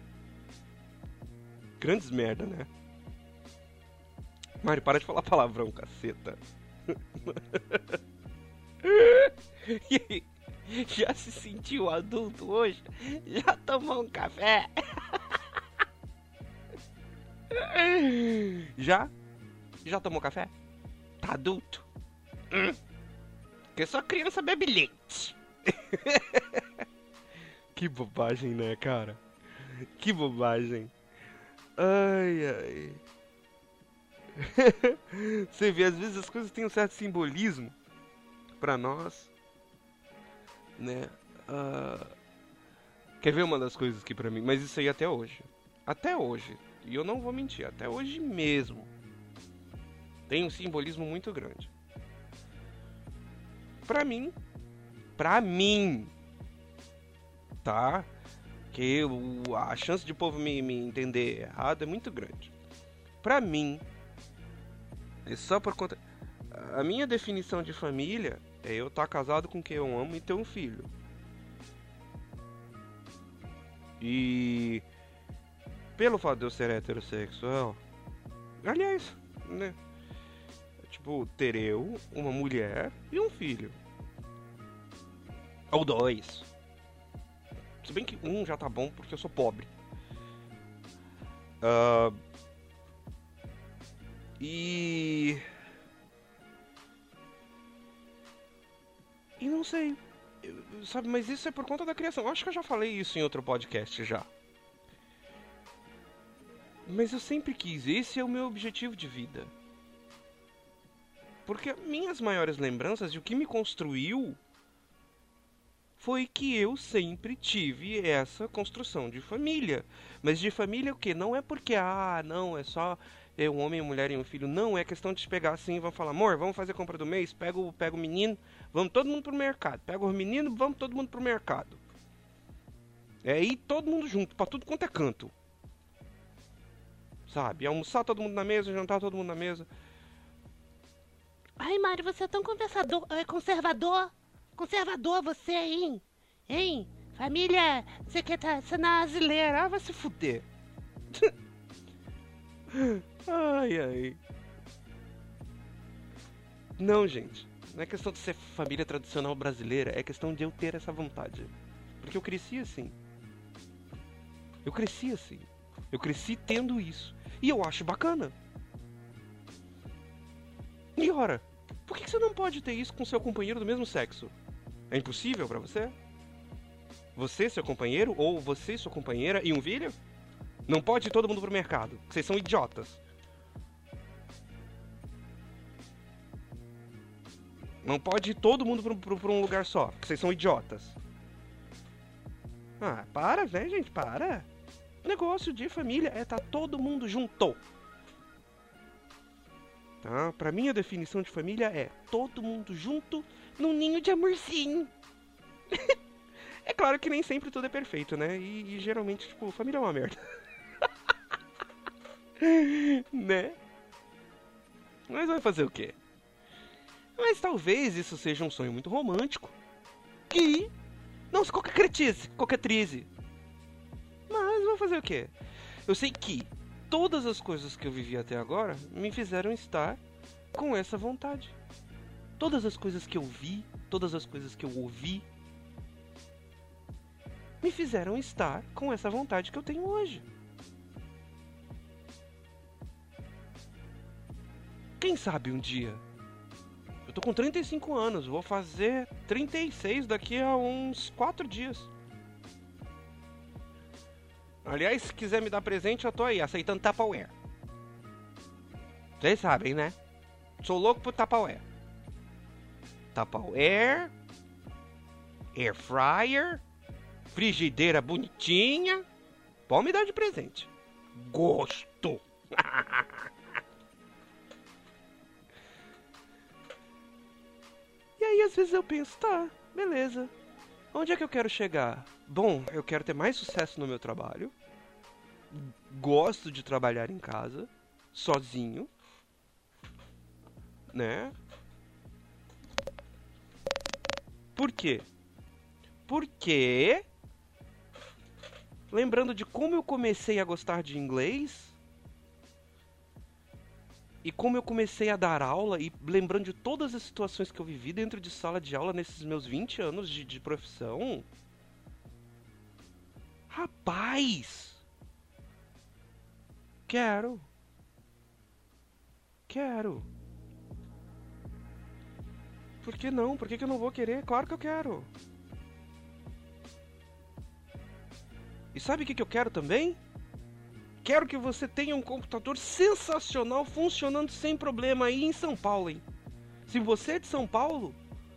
Grandes merda, né? Mário, para de falar palavrão, caceta. E aí, já se sentiu adulto hoje? Já tomou um café? Já? Já tomou café? Tá adulto? Hum? Porque só criança bebe leite. Que bobagem, né, cara? Que bobagem. Ai, ai. Você vê, às vezes as coisas têm um certo simbolismo pra nós, né? Uh... Quer ver uma das coisas que pra mim... Mas isso aí até hoje. Até hoje. E eu não vou mentir, até hoje mesmo. Tem um simbolismo muito grande. Pra mim. Pra mim. Tá? Que o, a chance de o povo me, me entender errado é muito grande. Pra mim, é só por conta... A minha definição de família é eu estar casado com quem eu amo e ter um filho. E pelo fato de eu ser heterossexual, aliás, né? Tipo, ter eu, uma mulher e um filho. Ou dois. Se bem que um já tá bom porque eu sou pobre. Uh, e... E não sei. Eu, sabe, mas isso é por conta da criação. Eu acho que eu já falei isso em outro podcast já. Mas eu sempre quis. Esse é o meu objetivo de vida. Porque minhas maiores lembranças e o que me construiu foi que eu sempre tive essa construção de família. Mas de família o quê? Não é porque, ah, não, é só é um homem, uma mulher e um filho. Não, é questão de te pegar assim e vão falar, amor, vamos fazer a compra do mês? Pega o, pega o menino, vamos todo mundo pro mercado. Pega os meninos, vamos todo mundo pro mercado. É ir todo mundo junto, pra tudo quanto é canto. Sabe? Almoçar todo mundo na mesa, jantar todo mundo na mesa. Ai, Mário, você é tão conversador, é conservador. Conservador você, hein? Hein? Família, você quer tá sendo brasileira. Ah, vai se fuder. Ai, ai. Não, gente. Não é questão de ser família tradicional brasileira. É questão de eu ter essa vontade. Porque eu cresci assim. Eu cresci assim. Eu cresci tendo isso. E eu acho bacana. E ora, por que você não pode ter isso com seu companheiro do mesmo sexo? É impossível pra você? Você, seu companheiro, ou você, sua companheira e um filho? Não pode ir todo mundo pro mercado. Vocês são idiotas. Não pode ir todo mundo pro, pro, pro um lugar só. Vocês são idiotas. Ah, para, né, gente? Para. Negócio de família é tá todo mundo junto. Tá? Pra mim a definição de família é todo mundo junto num ninho de amorzinho. É claro que nem sempre tudo é perfeito, né? E, e geralmente, tipo, família é uma merda. Né? Mas vai fazer o quê? Mas talvez isso seja um sonho muito romântico. Que não se qualquer cretice, qualquer trize. Mas vou fazer o quê? Eu sei que todas as coisas que eu vivi até agora me fizeram estar com essa vontade. Todas as coisas que eu vi, todas as coisas que eu ouvi, me fizeram estar com essa vontade que eu tenho hoje. Quem sabe um dia? Eu tô com trinta e cinco anos, vou fazer trinta e seis daqui a uns quatro dias. Aliás, se quiser me dar presente, eu tô aí, aceitando Tupperware. Vocês sabem, né? Sou louco por Tupperware. Tupperware, Air Fryer, frigideira bonitinha. Pode me dar de presente. Gosto. E aí, às vezes eu penso, tá, beleza. Onde é que eu quero chegar? Bom, eu quero ter mais sucesso no meu trabalho. Gosto de trabalhar em casa, sozinho, né? Por quê? Porque, lembrando de como eu comecei a gostar de inglês, e como eu comecei a dar aula, e lembrando de todas as situações que eu vivi dentro de sala de aula nesses meus vinte anos de, de profissão. Rapaz! Quero. Quero. Por que não? Por que, que eu não vou querer? Claro que eu quero. E sabe o que, que eu quero também? Quero que você tenha um computador sensacional funcionando sem problema aí em São Paulo, hein? Se você é de São Paulo,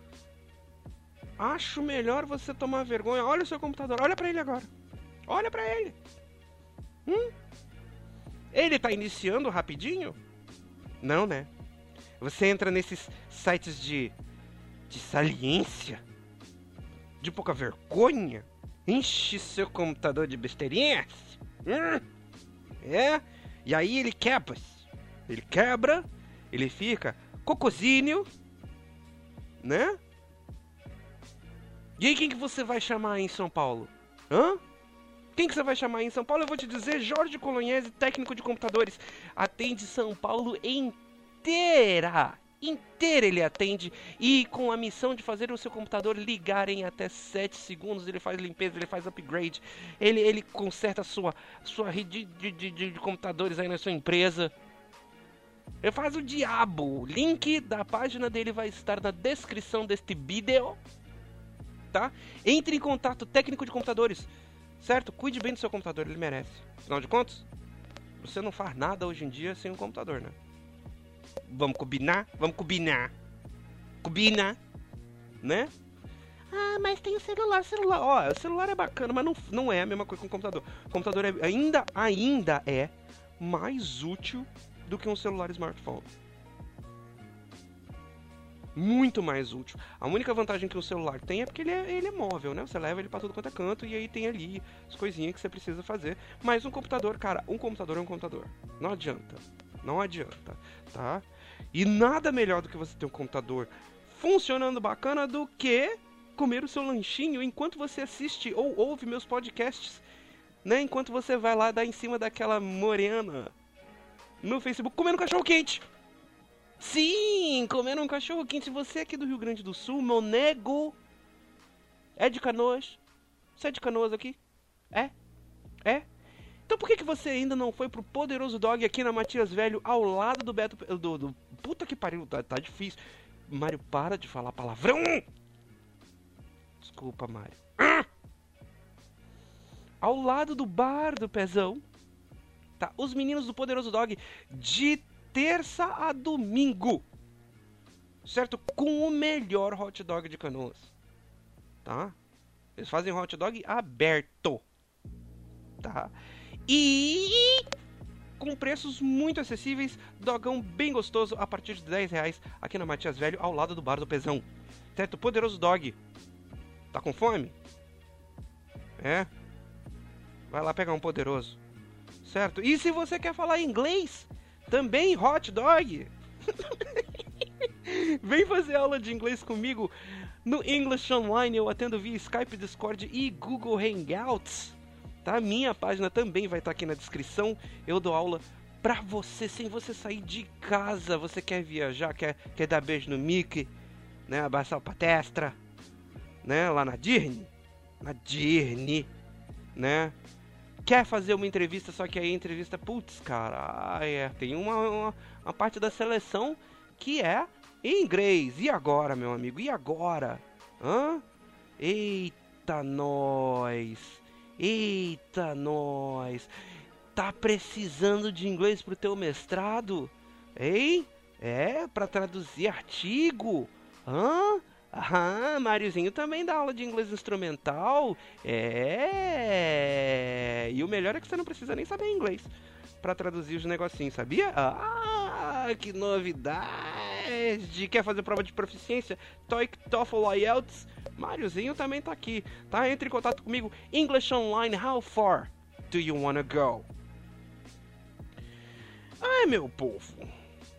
acho melhor você tomar vergonha. Olha o seu computador, olha pra ele agora. Olha pra ele. Hum? Ele tá iniciando rapidinho? Não, né? Você entra nesses sites de, de saliência, de pouca vergonha, enche seu computador de besteirinhas. Hum? É, e aí ele quebra, ele quebra, ele fica cocôzinho, né? E aí quem que você vai chamar aí em São Paulo? Hã? Quem que você vai chamar aí em São Paulo? Eu vou te dizer, Jorge Colognese, técnico de computadores. Atende São Paulo inteira. Inteira ele atende. E com a missão de fazer o seu computador ligar em até sete segundos. Ele faz limpeza, ele faz upgrade. Ele, ele conserta a sua, sua rede de, de, de, de computadores aí na sua empresa. Ele faz o diabo. O link da página dele vai estar na descrição deste vídeo. Tá? Entre em contato, técnico de computadores. Certo? Cuide bem do seu computador, ele merece. Afinal de contas, você não faz nada hoje em dia sem um computador, né? Vamos combinar? Vamos combinar. Combina, né? Ah, mas tem o celular, Celular, ó, o celular é bacana, mas não, não é a mesma coisa que um computador. O computador é, ainda, ainda é mais útil do que um celular smartphone. Muito mais útil. A única vantagem que o celular tem é porque ele é, ele é móvel, né? Você leva ele pra tudo quanto é canto e aí tem ali as coisinhas que você precisa fazer. Mas um computador, cara, um computador é um computador. Não adianta. Não adianta, tá? E nada melhor do que você ter um computador funcionando bacana do que comer o seu lanchinho enquanto você assiste ou ouve meus podcasts, né? Enquanto você vai lá dar em cima daquela morena no Facebook comendo cachorro quente. Sim, comendo um cachorro quente. Se você é aqui do Rio Grande do Sul, meu nego, é de Canoas. Você é de Canoas aqui? É? É? Então por que, que você ainda não foi pro Poderoso Dog aqui na Matias Velho, ao lado do Beto... Do, do, puta que pariu, tá, tá difícil. Mário, para de falar palavrão! Desculpa, Mário. Ah! Ao lado do bar do Pezão, tá? Os meninos do Poderoso Dog de terça a domingo, certo? Com o melhor hot dog de Canoas, tá? Eles fazem hot dog aberto, tá? E com preços muito acessíveis, dogão bem gostoso a partir de dez reais aqui na Matias Velho, ao lado do bar do Pezão, certo? Poderoso Dog. Tá com fome? É? Vai lá pegar um poderoso, certo? E se você quer falar inglês, também hot dog. Vem fazer aula de inglês comigo no English Online. Eu atendo via Skype, Discord e Google Hangouts, tá? Minha página também vai estar aqui na descrição. Eu dou aula pra você sem você sair de casa. Você quer viajar, quer, quer dar beijo no Mickey, né? Abraçar o Patestra, né? Lá na Disney, na Disney, né? Quer fazer uma entrevista, só que aí a entrevista, putz, cara, ah, é, tem uma, uma, uma parte da seleção que é em inglês. E agora, meu amigo? E agora? Hã? Eita, nós! Eita, nós! Tá precisando de inglês pro teu mestrado? Hein? É, pra traduzir artigo? Hã? Ah, Máriozinho também dá aula de inglês instrumental. É. E o melhor é que você não precisa nem saber inglês pra traduzir os negocinhos, sabia? Ah, que novidade! Quer fazer prova de proficiência? TOEIC, TOEFL, I E L T S? Máriozinho também tá aqui, tá? Entre em contato comigo. English Online, how far do you wanna go? Ai, meu povo.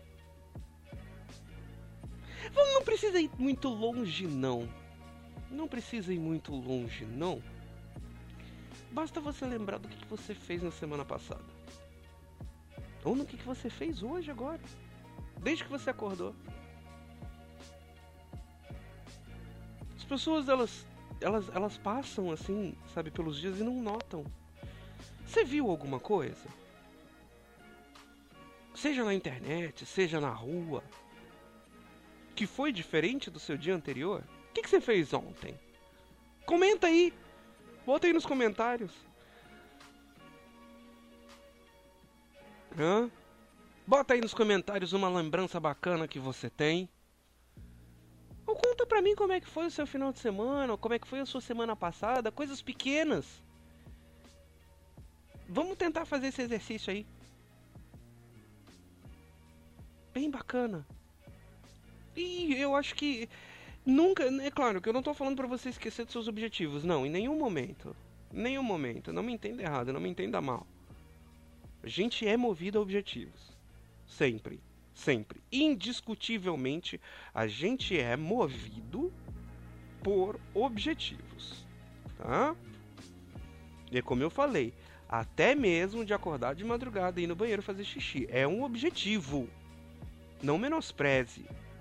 Não precisa ir muito longe, não. Não precisa ir muito longe, não. Basta você lembrar do que você fez na semana passada. Ou no que você fez hoje, agora. Desde que você acordou. As pessoas, elas, elas, elas passam assim, sabe, pelos dias e não notam. Você viu alguma coisa? Seja na internet, seja na rua, que foi diferente do seu dia anterior? O que, que você fez ontem? Comenta aí. Bota aí nos comentários. Hã? Bota aí nos comentários uma lembrança bacana que você tem. Ou conta pra mim como é que foi o seu final de semana, ou como é que foi a sua semana passada. Coisas pequenas. Vamos tentar fazer esse exercício aí. Bem bacana. E eu acho que nunca, é claro que eu não tô falando pra você esquecer dos seus objetivos, não, em nenhum momento, em nenhum momento, não me entenda errado, não me entenda mal. A gente é movido a objetivos, sempre, sempre, indiscutivelmente, a gente é movido por objetivos, tá? E é como eu falei, até mesmo de acordar de madrugada e ir no banheiro fazer xixi. É um objetivo. Não menospreze.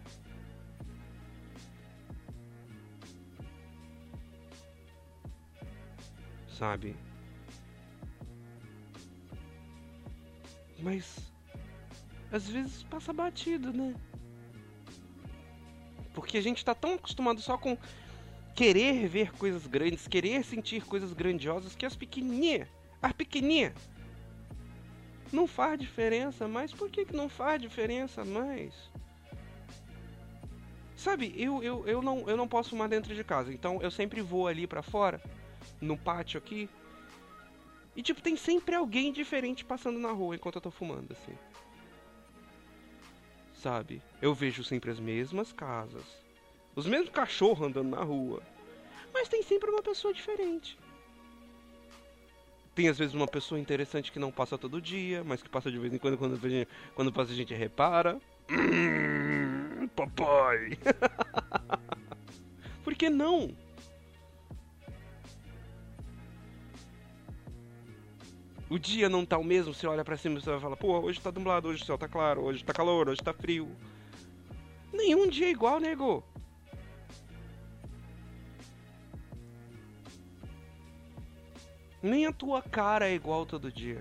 Sabe? Mas às vezes passa batido, né? Porque a gente tá tão acostumado só com querer ver coisas grandes, querer sentir coisas grandiosas, que as pequenininhas, as pequenininhas, não faz diferença mais. Por que que não faz diferença mais? Sabe, eu, eu, eu, não, eu não posso fumar dentro de casa, então eu sempre vou ali pra fora, no pátio aqui, e tipo, tem sempre alguém diferente passando na rua enquanto eu tô fumando, assim. Sabe? Eu vejo sempre as mesmas casas, os mesmos cachorros andando na rua, mas tem sempre uma pessoa diferente. Tem às vezes uma pessoa interessante que não passa todo dia, mas que passa de vez em quando, quando, quando passa a gente repara. Hum, papai! Por que não? O dia não tá o mesmo, você olha pra cima e você vai falar, pô, hoje tá nublado, hoje o céu tá claro, hoje tá calor, hoje tá frio. Nenhum dia é igual, nego. Nem a tua cara é igual todo dia.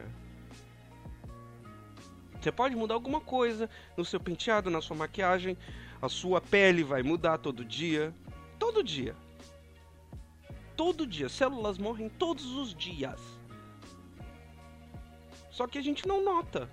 Você pode mudar alguma coisa no seu penteado, na sua maquiagem, a sua pele vai mudar todo dia. Todo dia. Todo dia. Células morrem todos os dias. Só que a gente não nota.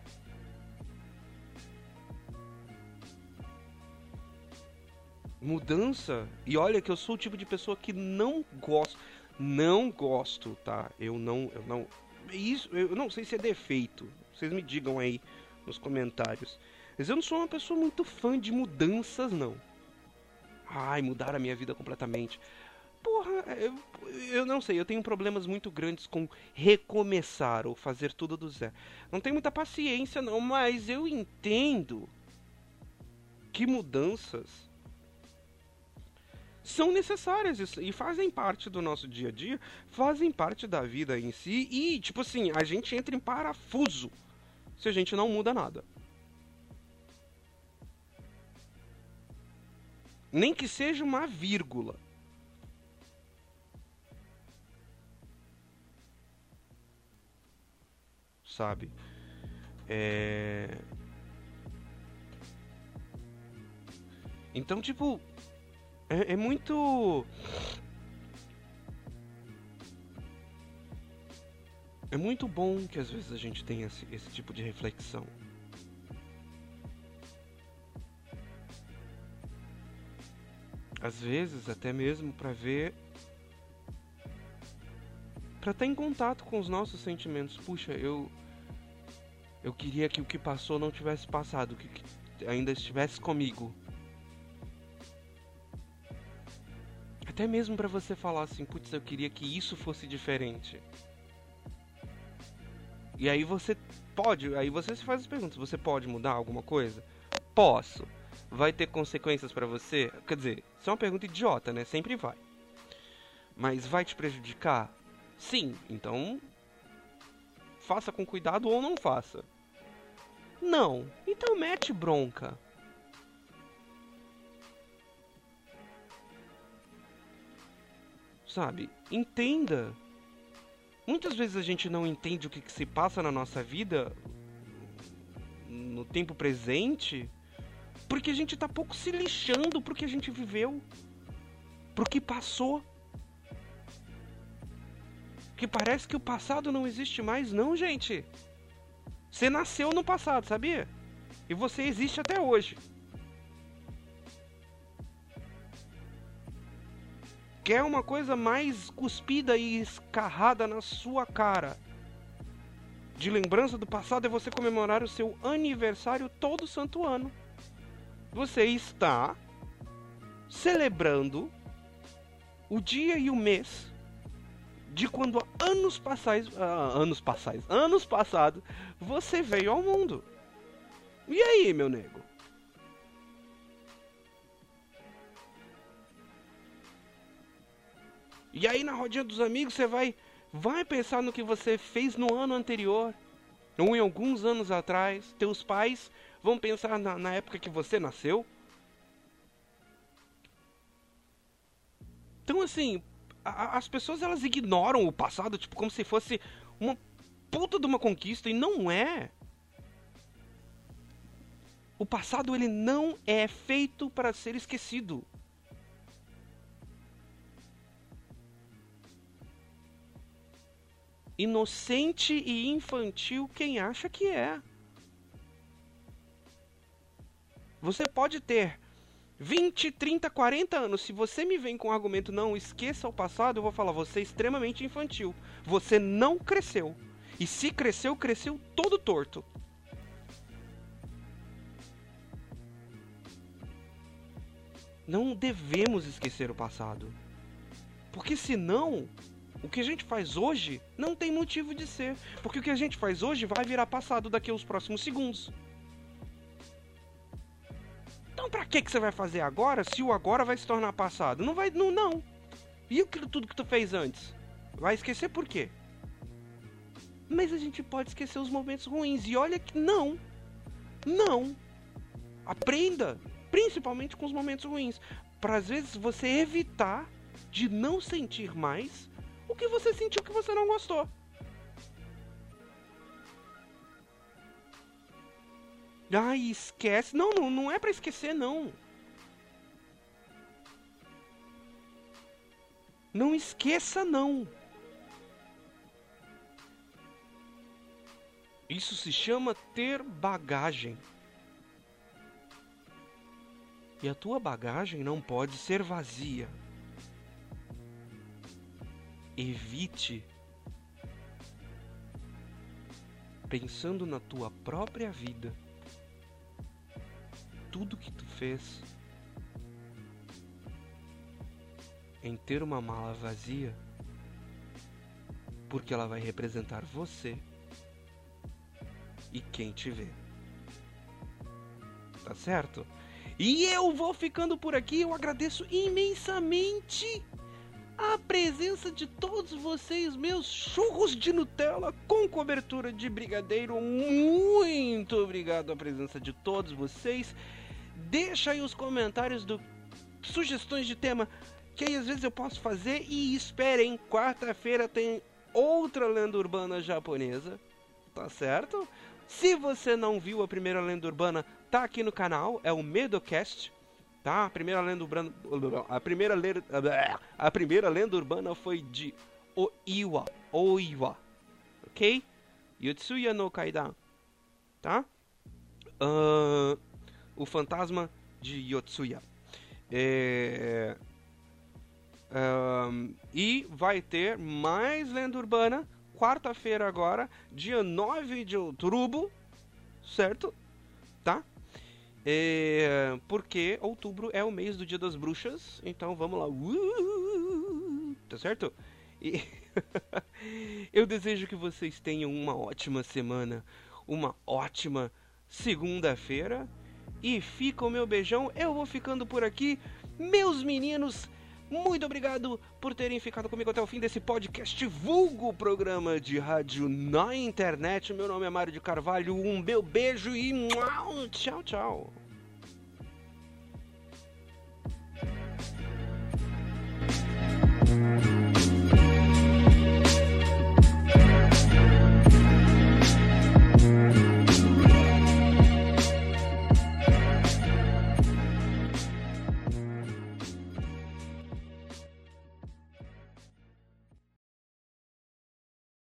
Mudança. E olha que eu sou o tipo de pessoa que não gosto. Não gosto, tá? Eu não... Eu não isso, eu não sei se é defeito. Vocês me digam aí nos comentários. Mas eu não sou uma pessoa muito fã de mudanças, não. Ai, mudar a minha vida completamente. Porra, eu, eu não sei, eu tenho problemas muito grandes com recomeçar ou fazer tudo do zero. Não tenho muita paciência não, mas eu entendo que mudanças são necessárias e fazem parte do nosso dia a dia, fazem parte da vida em si e, tipo assim, a gente entra em parafuso se a gente não muda nada. Nem que seja uma vírgula. Sabe? É... Então, tipo... É, é muito... É muito bom que às vezes a gente tenha esse, esse tipo de reflexão. Às vezes, até mesmo pra ver... Pra estar em contato com os nossos sentimentos. Puxa, eu... Eu queria que o que passou não tivesse passado, que, que ainda estivesse comigo. Até mesmo pra você falar assim, putz, eu queria que isso fosse diferente. E aí você pode, aí você se faz as perguntas, você pode mudar alguma coisa? Posso. Vai ter consequências pra você? Quer dizer, isso é uma pergunta idiota, né? Sempre vai. Mas vai te prejudicar? Sim, então... Faça com cuidado ou não faça. Não, então mete bronca. Sabe? Entenda. Muitas vezes a gente não entende o que, que se passa na nossa vida no tempo presente porque a gente tá pouco se lixando pro que a gente viveu, pro que passou. Que parece que o passado não existe mais. Não, gente. Você nasceu no passado, sabia? E você existe até hoje. Quer uma coisa mais cuspida e escarrada na sua cara de lembrança do passado é você comemorar o seu aniversário todo santo ano. Você está celebrando o dia e o mês de quando anos passais, ah, anos passais, anos passados, você veio ao mundo. E aí, meu nego? E aí na rodinha dos amigos você vai, vai pensar no que você fez no ano anterior, ou em alguns anos atrás. Teus pais vão pensar na, na época que você nasceu. Então assim, a, as pessoas elas ignoram o passado, tipo, como se fosse uma puta de uma conquista, e não é. O passado ele não é feito para ser esquecido. Inocente e infantil quem acha que é. Você pode ter vinte, trinta, quarenta anos. Se você me vem com o argumento não esqueça o passado, eu vou falar, você é extremamente infantil. Você não cresceu. E se cresceu, cresceu todo torto. Não devemos esquecer o passado. Porque senão, o que a gente faz hoje não tem motivo de ser. Porque o que a gente faz hoje vai virar passado daqui aos próximos segundos. Então pra que que você vai fazer agora se o agora vai se tornar passado? Não vai, não, não. E aquilo tudo que tu fez antes? Vai esquecer por quê? Mas a gente pode esquecer os momentos ruins. E olha que não. Não. Aprenda. Principalmente com os momentos ruins. Para às vezes você evitar de não sentir mais o que você sentiu que você não gostou. Ai, esquece. Não, não, não é pra esquecer, não. Não esqueça, não. Isso se chama ter bagagem. E a tua bagagem não pode ser vazia. Evite, pensando na tua própria vida, tudo que tu fez, em ter uma mala vazia, porque ela vai representar você e quem te vê. Tá certo? E eu vou ficando por aqui. Eu agradeço imensamente a presença de todos vocês, meus churros de Nutella com cobertura de brigadeiro. Muito obrigado a presença de todos vocês. Deixa aí os comentários do sugestões de tema que aí às vezes eu posso fazer. E esperem, quarta-feira tem outra lenda urbana japonesa, tá certo? Se você não viu a primeira lenda urbana, tá aqui no canal, é o Medocast, tá? A primeira lenda urbana, a primeira lenda, a primeira lenda urbana foi de Oiwa, Oiwa, ok? Yotsuya no Kaidan, tá? Uh, o fantasma de Yotsuya. É, um, e vai ter mais lenda urbana quarta-feira agora, dia nove de outubro, certo? Tá? É, porque outubro é o mês do Dia das Bruxas, então vamos lá. Uh, tá certo? E eu desejo que vocês tenham uma ótima semana, uma ótima segunda-feira. E fica o meu beijão, eu vou ficando por aqui. Meus meninos, muito obrigado por terem ficado comigo até o fim desse podcast vulgo programa de rádio na internet. Meu nome é Mário de Carvalho, um meu beijo e tchau, tchau.